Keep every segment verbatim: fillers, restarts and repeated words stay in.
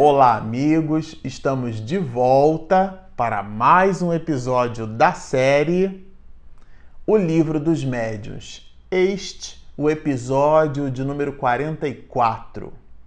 Olá, amigos! Estamos de volta para mais um episódio da série O Livro dos Médiuns. Este, o episódio de número quarenta e quatro.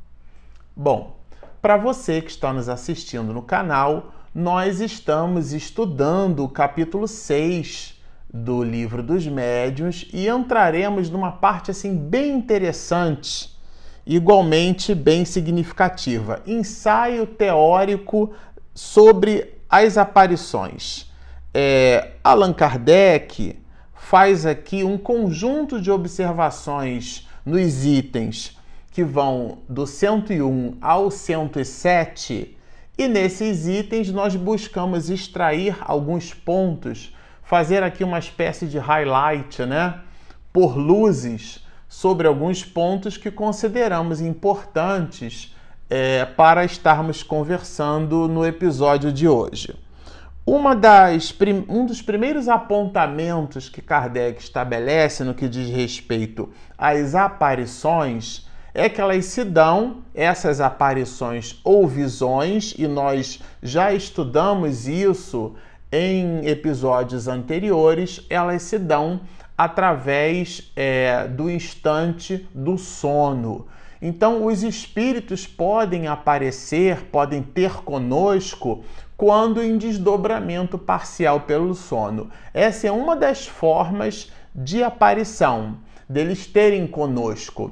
Bom, para você que está nos assistindo no canal, nós estamos estudando o capítulo seis do Livro dos Médiuns e entraremos numa parte assim bem interessante, igualmente bem significativa. Ensaio teórico sobre as aparições. É, Allan Kardec faz aqui um conjunto de observações nos itens que vão do cento e um ao cento e sete, e nesses itens nós buscamos extrair alguns pontos, fazer aqui uma espécie de highlight, né, por luzes, sobre alguns pontos que consideramos importantes é, para estarmos conversando no episódio de hoje. Uma das, um dos primeiros apontamentos que Kardec estabelece no que diz respeito às aparições é que elas se dão, essas aparições ou visões, e nós já estudamos isso em episódios anteriores, elas se dão através é, do instante do sono. Então, os espíritos podem aparecer, podem ter conosco quando em desdobramento parcial pelo sono. Essa é uma das formas de aparição, deles terem conosco.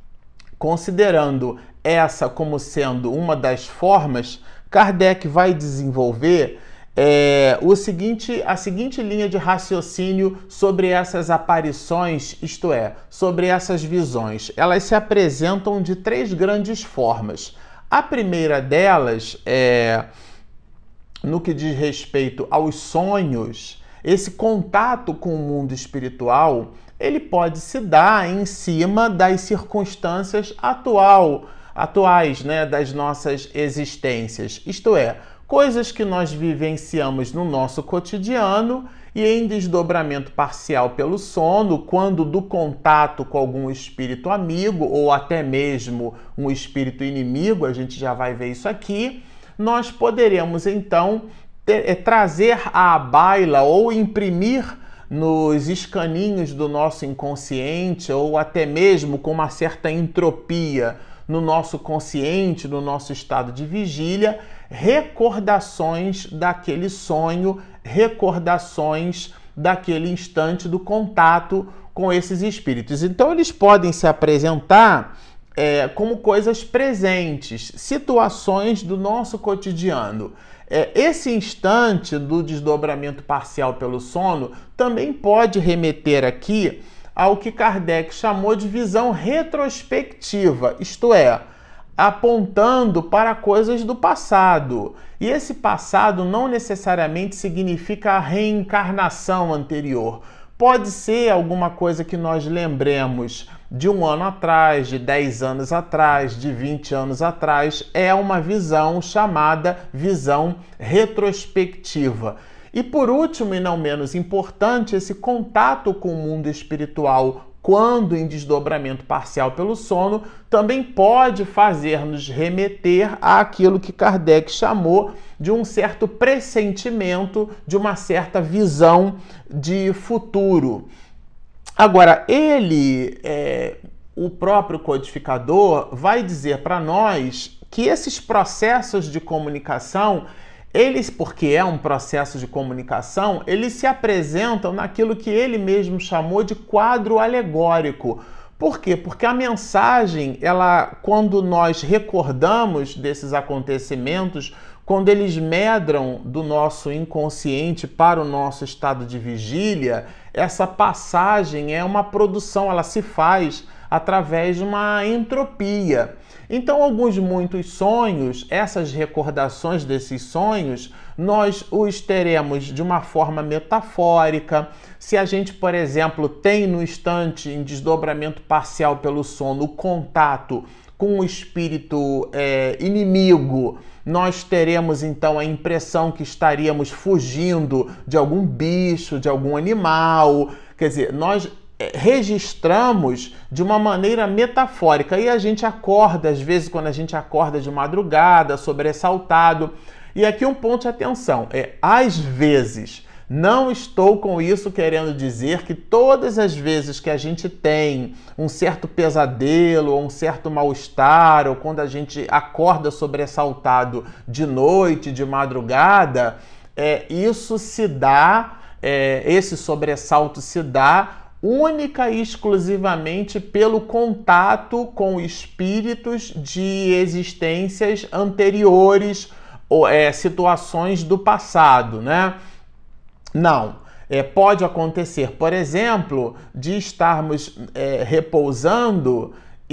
Considerando essa como sendo uma das formas, Kardec vai desenvolver É, o seguinte, a seguinte linha de raciocínio sobre essas aparições, isto é, sobre essas visões. Elas se apresentam de três grandes formas. A primeira delas é, no que diz respeito aos sonhos, esse contato com o mundo espiritual, ele pode se dar em cima das circunstâncias atual, atuais, né, das nossas existências, isto é, coisas que nós vivenciamos no nosso cotidiano e em desdobramento parcial pelo sono, quando do contato com algum espírito amigo ou até mesmo um espírito inimigo, a gente já vai ver isso aqui, nós poderemos então ter, é, trazer à baila ou imprimir nos escaninhos do nosso inconsciente ou até mesmo com uma certa entropia no nosso consciente, no nosso estado de vigília, recordações daquele sonho, recordações daquele instante do contato com esses espíritos. Então, eles podem se apresentar é, como coisas presentes, situações do nosso cotidiano. É, esse instante do desdobramento parcial pelo sono também pode remeter aqui ao que Kardec chamou de visão retrospectiva, isto é, apontando para coisas do passado. E esse passado não necessariamente significa a reencarnação anterior. Pode ser alguma coisa que nós lembremos de um ano atrás, de dez anos atrás, de vinte anos atrás. É uma visão chamada visão retrospectiva. E por último, e não menos importante, esse contato com o mundo espiritual, quando em desdobramento parcial pelo sono, também pode fazer-nos remeter àquilo que Kardec chamou de um certo pressentimento, de uma certa visão de futuro. Agora, ele, é, o próprio codificador, vai dizer para nós que esses processos de comunicação, eles, porque é um processo de comunicação, eles se apresentam naquilo que ele mesmo chamou de quadro alegórico. Por quê? Porque a mensagem, ela, quando nós recordamos desses acontecimentos, quando eles medram do nosso inconsciente para o nosso estado de vigília, essa passagem é uma produção, ela se faz através de uma entropia. Então, alguns muitos sonhos, essas recordações desses sonhos, nós os teremos de uma forma metafórica. Se a gente, por exemplo, tem no instante em desdobramento parcial pelo sono o contato com o espírito é, inimigo, nós teremos então a impressão que estaríamos fugindo de algum bicho, de algum animal. Quer dizer, nós registramos de uma maneira metafórica. E a gente acorda, às vezes, quando a gente acorda de madrugada, sobressaltado. E aqui um ponto de atenção, é às vezes. Não estou com isso querendo dizer que todas as vezes que a gente tem um certo pesadelo, ou um certo mal-estar, ou quando a gente acorda sobressaltado de noite, de madrugada, é, isso se dá, é, esse sobressalto se dá única e exclusivamente pelo contato com espíritos de existências anteriores, ou é, situações do passado, né? Não, é, pode acontecer, por exemplo, de estarmos é, repousando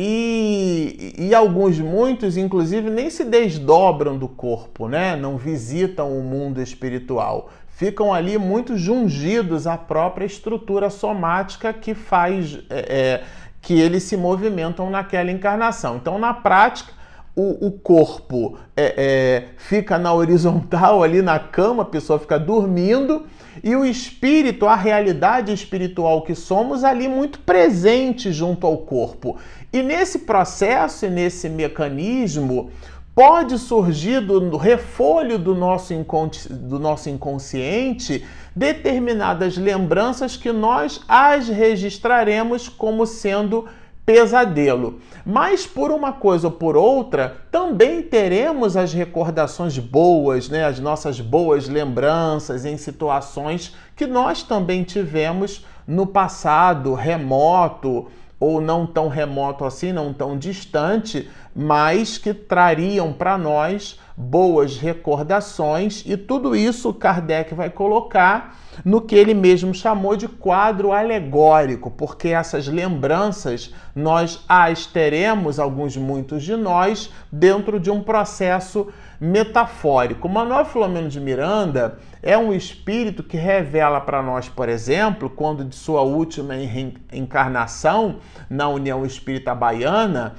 e, e alguns, muitos, inclusive, nem se desdobram do corpo, né? Não visitam o mundo espiritual. Ficam ali muito jungidos à própria estrutura somática que faz é, é, que eles se movimentam naquela encarnação. Então, na prática, O, o corpo é, é, fica na horizontal ali na cama, a pessoa fica dormindo, e o espírito, a realidade espiritual que somos, ali muito presente junto ao corpo. E nesse processo e nesse mecanismo, pode surgir do refolho do nosso, do nosso inconsciente determinadas lembranças que nós as registraremos como sendo pesadelo. Mas por uma coisa ou por outra, também teremos as recordações boas, né? As nossas boas lembranças em situações que nós também tivemos no passado remoto, ou não tão remoto assim, não tão distante, mas que trariam para nós boas recordações, e tudo isso Kardec vai colocar no que ele mesmo chamou de quadro alegórico, porque essas lembranças nós as teremos, alguns, muitos de nós, dentro de um processo metafórico. Manuel Filomeno de Miranda é um espírito que revela para nós, por exemplo, quando de sua última encarnação na União Espírita Baiana,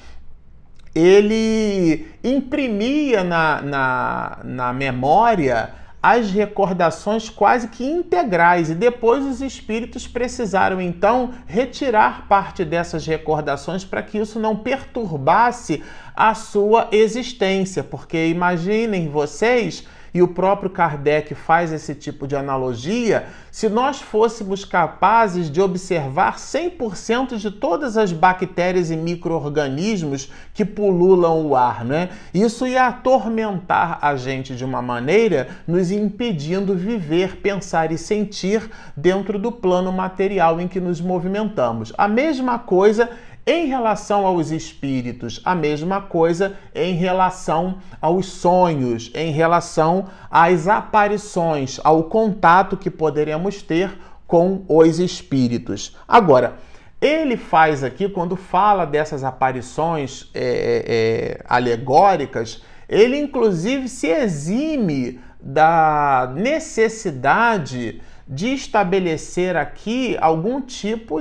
ele imprimia na, na, na memória as recordações quase que integrais, e depois os espíritos precisaram então retirar parte dessas recordações para que isso não perturbasse a sua existência, porque imaginem vocês, e o próprio Kardec faz esse tipo de analogia, se nós fôssemos capazes de observar cem por cento de todas as bactérias e micro-organismos que pululam o ar, né? Isso ia atormentar a gente de uma maneira, nos impedindo viver, pensar e sentir dentro do plano material em que nos movimentamos. A mesma coisa em relação aos espíritos, a mesma coisa em relação aos sonhos, em relação às aparições, ao contato que poderemos ter com os espíritos. Agora, ele faz aqui, quando fala dessas aparições é, é, alegóricas, ele inclusive se exime da necessidade de estabelecer aqui algum tipo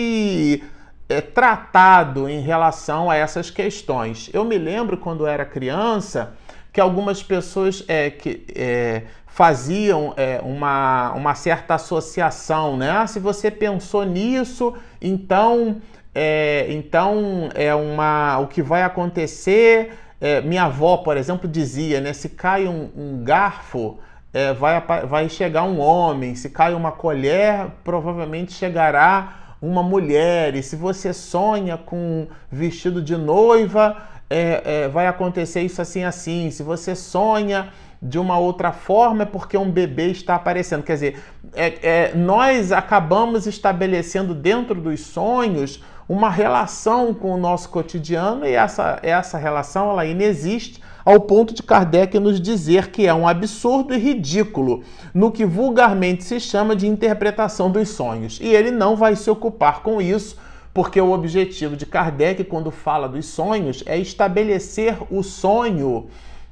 de É, tratado em relação a essas questões. Eu me lembro, quando era criança, que algumas pessoas é, que, é, faziam é, uma, uma certa associação, né? Ah, se você pensou nisso, então é, então é uma, o que vai acontecer. É, minha avó, por exemplo, dizia, né? Se cai um, um garfo, é, vai, vai chegar um homem. Se cai uma colher, provavelmente chegará uma mulher, e se você sonha com vestido de noiva, é, é, vai acontecer isso assim, assim. Se você sonha de uma outra forma, é porque um bebê está aparecendo. Quer dizer, é, é, nós acabamos estabelecendo dentro dos sonhos uma relação com o nosso cotidiano, e essa, essa relação ela inexiste, ao ponto de Kardec nos dizer que é um absurdo e ridículo no que vulgarmente se chama de interpretação dos sonhos. E ele não vai se ocupar com isso, porque o objetivo de Kardec, quando fala dos sonhos, é estabelecer o sonho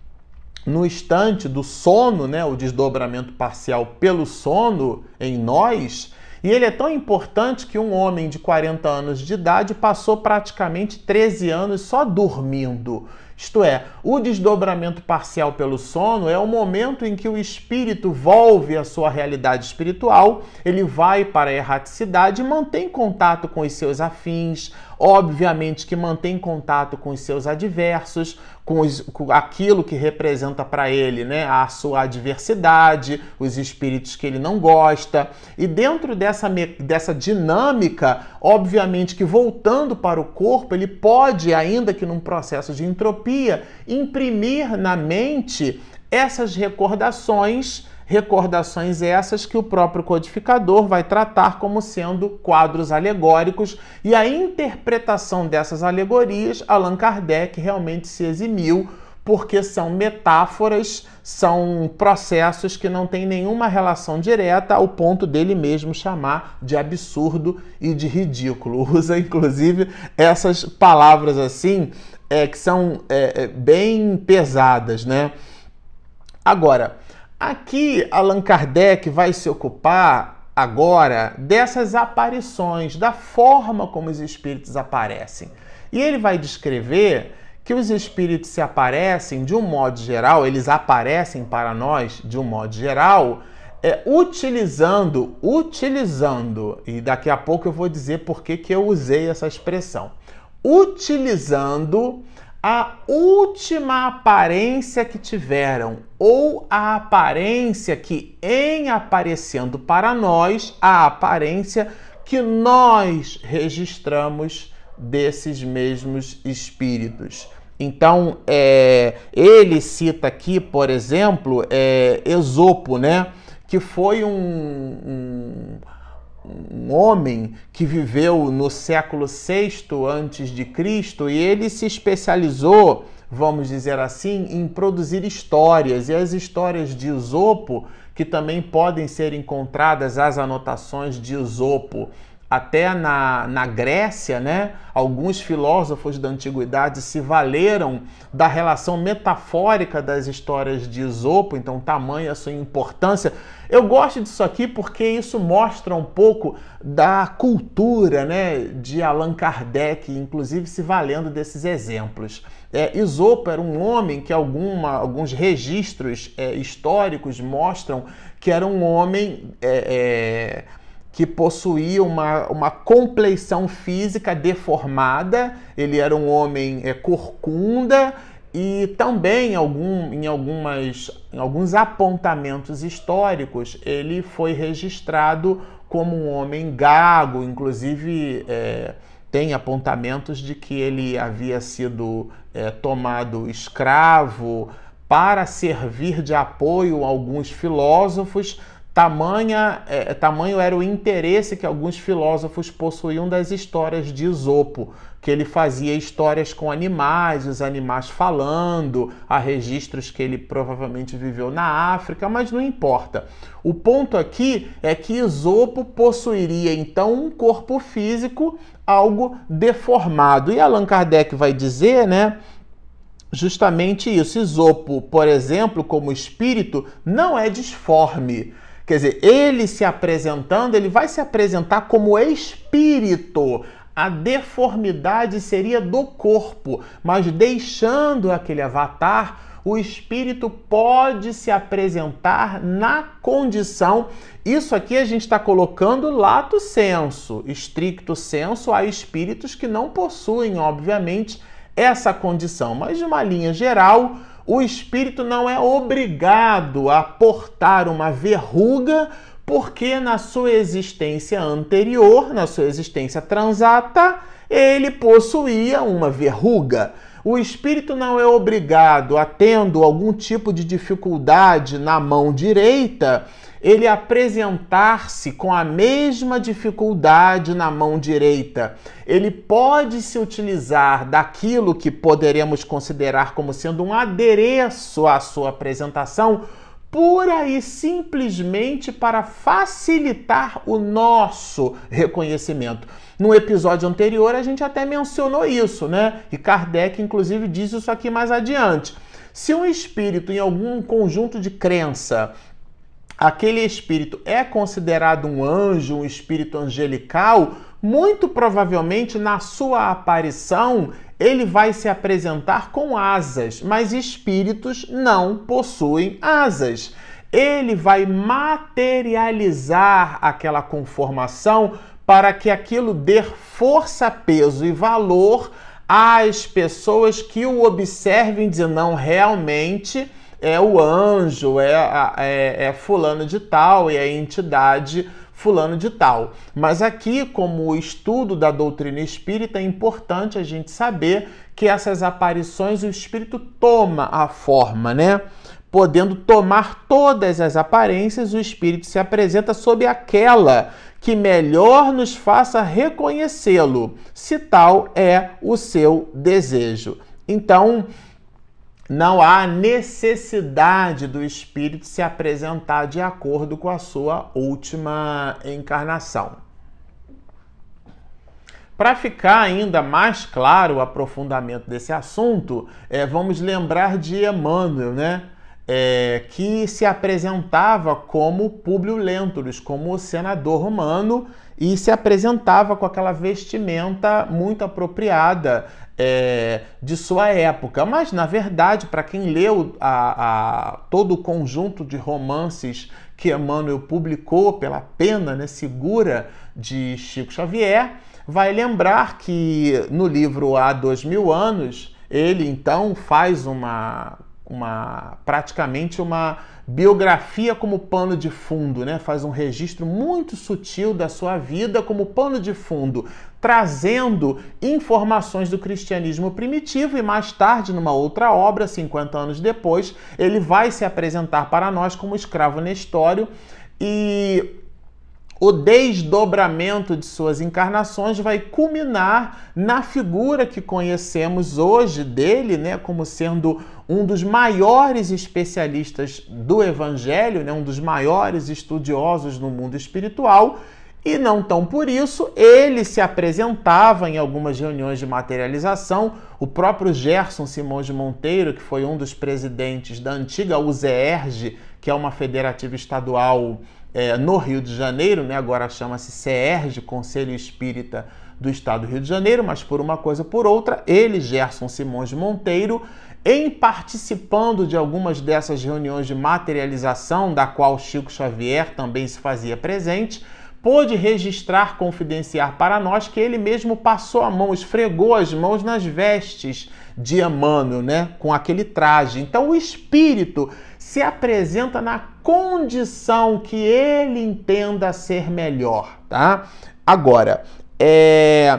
no instante do sono, né, o desdobramento parcial pelo sono em nós. E ele é tão importante que um homem de quarenta anos de idade passou praticamente treze anos só dormindo. Isto é, o desdobramento parcial pelo sono é o momento em que o espírito volve à sua realidade espiritual, ele vai para a erraticidade e mantém contato com os seus afins, obviamente que mantém contato com os seus adversos, com, os, com aquilo que representa para ele, né, a sua adversidade, os espíritos que ele não gosta. E dentro dessa, dessa dinâmica, obviamente que voltando para o corpo, ele pode, ainda que num processo de entropia, imprimir na mente essas recordações, recordações essas que o próprio codificador vai tratar como sendo quadros alegóricos, e a interpretação dessas alegorias, Allan Kardec realmente se eximiu, porque são metáforas, são processos que não têm nenhuma relação direta, ao ponto dele mesmo chamar de absurdo e de ridículo. Usa, inclusive, essas palavras assim, é, que são é, bem pesadas, né? Agora, aqui Allan Kardec vai se ocupar agora dessas aparições, da forma como os espíritos aparecem. E ele vai descrever que os espíritos se aparecem de um modo geral, eles aparecem para nós de um modo geral, é, utilizando, utilizando, e daqui a pouco eu vou dizer por que que eu usei essa expressão, utilizando a última aparência que tiveram, ou a aparência que, em aparecendo para nós, a aparência que nós registramos desses mesmos espíritos. Então, é, ele cita aqui, por exemplo, é, Esopo, né, que foi um, um um homem que viveu no século sexto antes de Cristo, e ele se especializou, vamos dizer assim, em produzir histórias. E as histórias de Esopo, que também podem ser encontradas as anotações de Esopo até na, na Grécia, né? Alguns filósofos da antiguidade se valeram da relação metafórica das histórias de Esopo, então tamanha a sua importância. Eu gosto disso aqui porque isso mostra um pouco da cultura, né, de Allan Kardec, inclusive se valendo desses exemplos. É, Esopo era um homem que alguma, alguns registros é, históricos mostram que era um homem É, é, que possuía uma, uma compleição física deformada, ele era um homem é, corcunda, e também algum, em, algumas, em alguns apontamentos históricos ele foi registrado como um homem gago, inclusive é, tem apontamentos de que ele havia sido é, tomado escravo para servir de apoio a alguns filósofos. Tamanha, é, tamanho era o interesse que alguns filósofos possuíam das histórias de Esopo, que ele fazia histórias com animais, os animais falando, há registros que ele provavelmente viveu na África, mas não importa. O ponto aqui é que Esopo possuiria então um corpo físico algo deformado. E Allan Kardec vai dizer, né, justamente isso. Esopo, por exemplo, como espírito, não é disforme. Quer dizer, ele se apresentando, ele vai se apresentar como espírito. A deformidade seria do corpo, mas deixando aquele avatar, o espírito pode se apresentar na condição. Isso aqui a gente está colocando lato sensu, stricto sensu, há espíritos que não possuem, obviamente, essa condição, mas de uma linha geral, o espírito não é obrigado a portar uma verruga, porque na sua existência anterior, na sua existência transata, ele possuía uma verruga. O espírito não é obrigado a, tendo algum tipo de dificuldade na mão direita, ele apresentar-se com a mesma dificuldade na mão direita. Ele pode se utilizar daquilo que poderemos considerar como sendo um adereço à sua apresentação, pura e simplesmente para facilitar o nosso reconhecimento. No episódio anterior a gente até mencionou isso, né? E Kardec inclusive diz isso aqui mais adiante. Se um espírito em algum conjunto de crença, aquele espírito é considerado um anjo, um espírito angelical, muito provavelmente na sua aparição ele vai se apresentar com asas, mas espíritos não possuem asas. Ele vai materializar aquela conformação para que aquilo dê força, peso e valor às pessoas que o observem e dizem, não, realmente é o anjo, é, é, é fulano de tal, é a entidade fulano de tal. Mas aqui, como o estudo da doutrina espírita, é importante a gente saber que essas aparições o espírito toma a forma, né? Podendo tomar todas as aparências, o espírito se apresenta sob aquela que melhor nos faça reconhecê-lo, se tal é o seu desejo. Então, não há necessidade do espírito se apresentar de acordo com a sua última encarnação. Para ficar ainda mais claro o aprofundamento desse assunto, é, vamos lembrar de Emmanuel, né? É, que se apresentava como Públio Lentulus, como o senador romano, e se apresentava com aquela vestimenta muito apropriada é, de sua época. Mas, na verdade, para quem leu a, a, todo o conjunto de romances que Emmanuel publicou pela pena, né, segura de Chico Xavier, vai lembrar que no livro Há Dois Mil Anos, ele então faz uma... Uma, praticamente uma biografia como pano de fundo, né? Faz um registro muito sutil da sua vida como pano de fundo, trazendo informações do cristianismo primitivo e mais tarde, numa outra obra, cinquenta anos depois, ele vai se apresentar para nós como escravo Nestório e o desdobramento de suas encarnações vai culminar na figura que conhecemos hoje dele, né, como sendo um dos maiores especialistas do Evangelho, né, um dos maiores estudiosos no mundo espiritual, e não tão por isso, ele se apresentava em algumas reuniões de materialização. O próprio Gerson Simões de Monteiro, que foi um dos presidentes da antiga U Z E R J, que é uma federativa estadual É, no Rio de Janeiro, né? Agora chama-se C E R J, Conselho Espírita do Estado do Rio de Janeiro, mas por uma coisa ou por outra, ele, Gerson Simões de Monteiro, em participando de algumas dessas reuniões de materialização, da qual Chico Xavier também se fazia presente, pôde registrar, confidenciar para nós que ele mesmo passou a mão, esfregou as mãos nas vestes de Emmanuel, né? Com aquele traje. Então o espírito se apresenta na condição que ele entenda ser melhor, tá? Agora, é...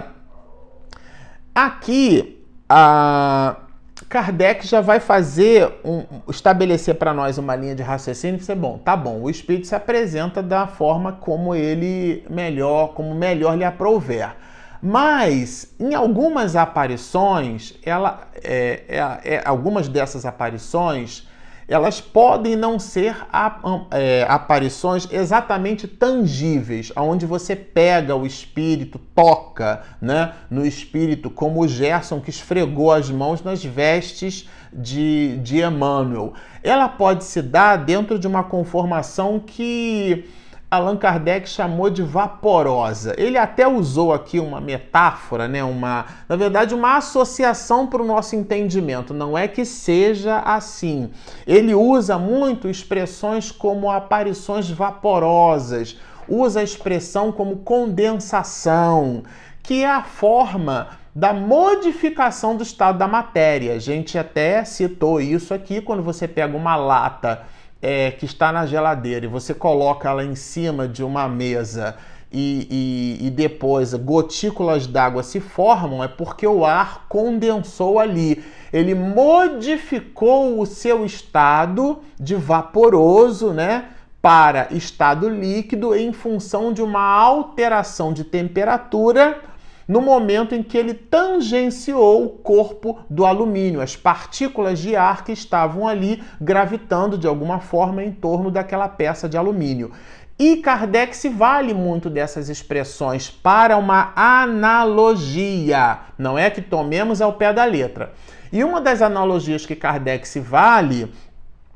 aqui a Kardec já vai fazer um, estabelecer para nós uma linha de raciocínio que é bom, tá bom, o espírito se apresenta da forma como ele melhor, como melhor lhe aprouver. Mas, em algumas aparições, ela, é, é, é, algumas dessas aparições, elas podem não ser é, aparições exatamente tangíveis, onde você pega o espírito, toca, né, no espírito, como o Gerson que esfregou as mãos nas vestes de, de Emmanuel. Ela pode se dar dentro de uma conformação que Allan Kardec chamou de vaporosa. Ele até usou aqui uma metáfora, né? uma, na verdade, uma associação para o nosso entendimento. Não é que seja assim. Ele usa muito expressões como aparições vaporosas, usa a expressão como condensação, que é a forma da modificação do estado da matéria. A gente até citou isso aqui quando você pega uma lata É, que está na geladeira e você coloca ela em cima de uma mesa e, e, e depois gotículas d'água se formam, é porque o ar condensou ali. Ele modificou o seu estado de vaporoso, né, para estado líquido em função de uma alteração de temperatura no momento em que ele tangenciou o corpo do alumínio, as partículas de ar que estavam ali gravitando de alguma forma em torno daquela peça de alumínio. E Kardec se vale muito dessas expressões para uma analogia, não é que tomemos ao pé da letra. E uma das analogias que Kardec se vale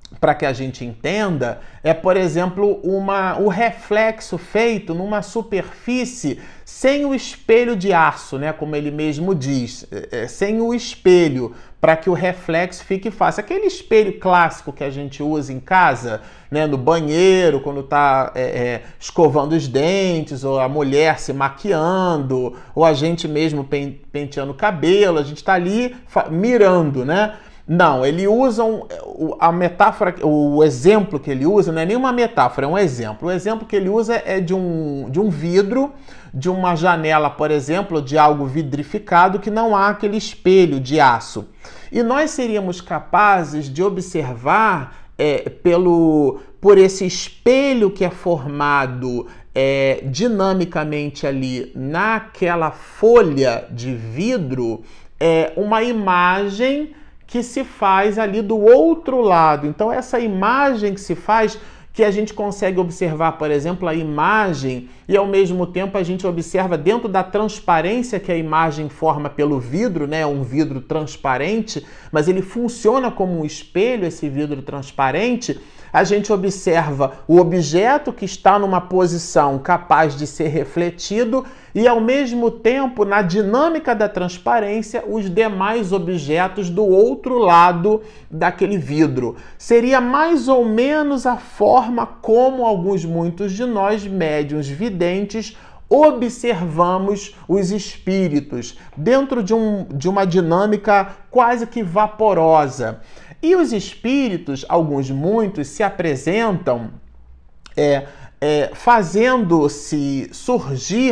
para que a gente entenda, é, por exemplo, uma, o reflexo feito numa superfície sem o espelho de aço, né, como ele mesmo diz, é, sem o espelho, para que o reflexo fique fácil. Aquele espelho clássico que a gente usa em casa, né, no banheiro, quando está é, é, escovando os dentes, ou a mulher se maquiando, ou a gente mesmo penteando o cabelo, a gente está ali mirando, né? Não, ele usa um, a metáfora, o exemplo que ele usa não é nenhuma metáfora, é um exemplo. O exemplo que ele usa é de um, de um vidro, de uma janela, por exemplo, de algo vidrificado que não há aquele espelho de aço. E nós seríamos capazes de observar é, pelo, por esse espelho que é formado é, dinamicamente ali naquela folha de vidro, é, uma imagem que se faz ali do outro lado. Então, essa imagem que se faz, que a gente consegue observar, por exemplo, a imagem, e ao mesmo tempo a gente observa dentro da transparência que a imagem forma pelo vidro, né? Um vidro transparente, mas ele funciona como um espelho, esse vidro transparente. A gente observa o objeto que está numa posição capaz de ser refletido e, ao mesmo tempo, na dinâmica da transparência, os demais objetos do outro lado daquele vidro. Seria mais ou menos a forma como alguns, muitos de nós, médiuns videntes, observamos os espíritos dentro de, um, de uma dinâmica quase que vaporosa. E os espíritos, alguns, muitos, se apresentam é, é, fazendo-se surgir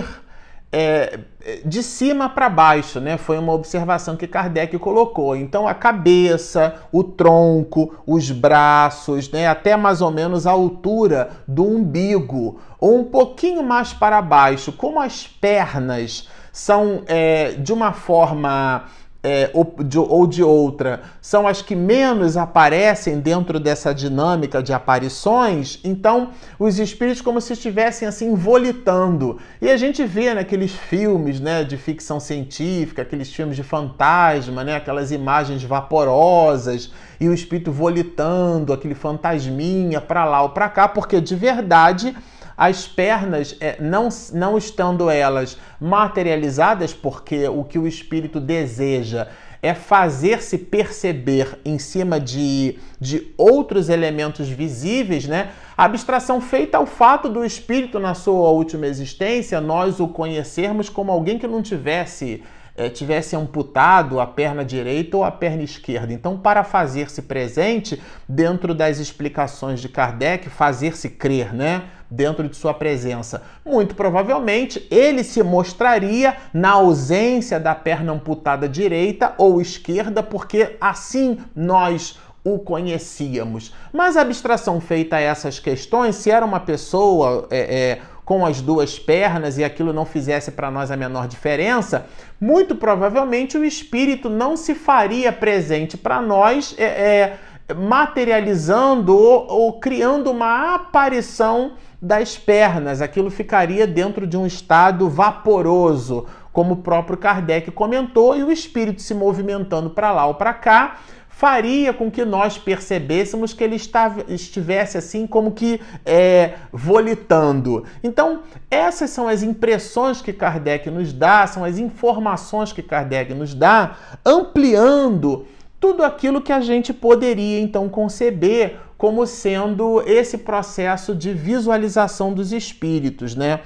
é, de cima para baixo, né? Foi uma observação que Kardec colocou. Então, a cabeça, o tronco, os braços, né? Até mais ou menos a altura do umbigo, ou um pouquinho mais para baixo, como as pernas são é, de uma forma... É, ou, de, ou de outra, são as que menos aparecem dentro dessa dinâmica de aparições, então os espíritos como se estivessem assim volitando. E a gente vê naqueles filmes, né, de ficção científica, aqueles filmes de fantasma, né, aquelas imagens vaporosas, e o espírito volitando, aquele fantasminha para lá ou para cá, porque de verdade... As pernas, não, não estando elas materializadas, porque o que o espírito deseja é fazer-se perceber em cima de, de outros elementos visíveis, né? A abstração feita ao fato do espírito, na sua última existência, nós o conhecermos como alguém que não tivesse... É, tivesse amputado a perna direita ou a perna esquerda. Então, para fazer-se presente, dentro das explicações de Kardec, fazer-se crer, né? Dentro de sua presença. Muito provavelmente, ele se mostraria na ausência da perna amputada direita ou esquerda, porque assim nós o conhecíamos. Mas a abstração feita a essas questões, se era uma pessoa... É, é, com as duas pernas e aquilo não fizesse para nós a menor diferença, muito provavelmente o espírito não se faria presente para nós, é, é, materializando ou, ou criando uma aparição das pernas. Aquilo ficaria dentro de um estado vaporoso, como o próprio Kardec comentou, e o espírito se movimentando para lá ou para cá, faria com que nós percebêssemos que ele estava, estivesse assim como que é, volitando. Então, essas são as impressões que Kardec nos dá, são as informações que Kardec nos dá, ampliando tudo aquilo que a gente poderia, então, conceber como sendo esse processo de visualização dos espíritos, né?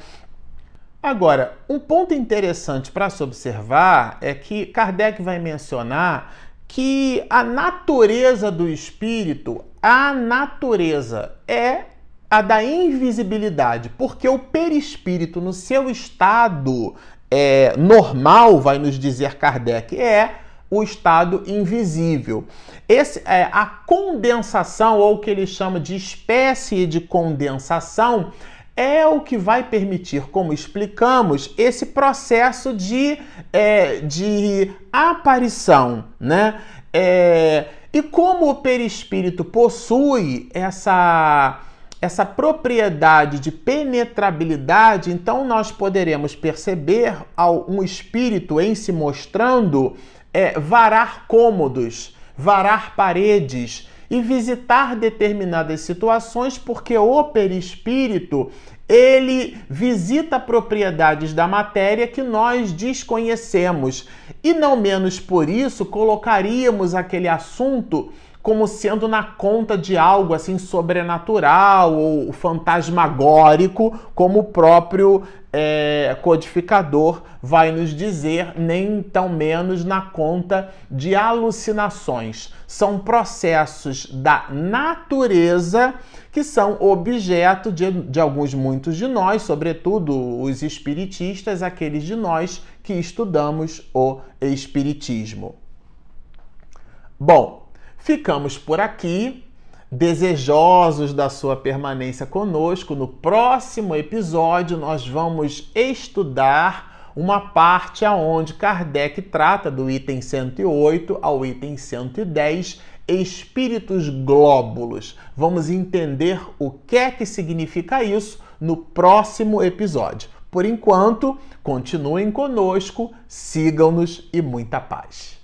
Agora, um ponto interessante para se observar é que Kardec vai mencionar que a natureza do espírito, a natureza é a da invisibilidade, porque o perispírito, no seu estado é, normal, vai nos dizer Kardec, é o estado invisível. Esse, é, a condensação, ou o que ele chama de espécie de condensação, é o que vai permitir, como explicamos, esse processo de, é, de aparição, né? É, e como o perispírito possui essa, essa propriedade de penetrabilidade, então nós poderemos perceber ao, um espírito em se mostrando é, varar cômodos, varar paredes. e visitar determinadas situações, porque o perispírito, ele visita propriedades da matéria que nós desconhecemos. E não menos por isso, colocaríamos aquele assunto como sendo na conta de algo assim sobrenatural ou fantasmagórico, como o próprio é, codificador vai nos dizer, nem tão menos na conta de alucinações. São processos da natureza que são objeto de, de alguns, muitos de nós, sobretudo os espiritistas, aqueles de nós que estudamos o espiritismo. Bom, ficamos por aqui, desejosos da sua permanência conosco. No próximo episódio nós vamos estudar uma parte aonde Kardec trata do item cento e oito ao item cento e dez, espíritos glóbulos. Vamos entender o que é que significa isso no próximo episódio. Por enquanto, continuem conosco, sigam-nos e muita paz.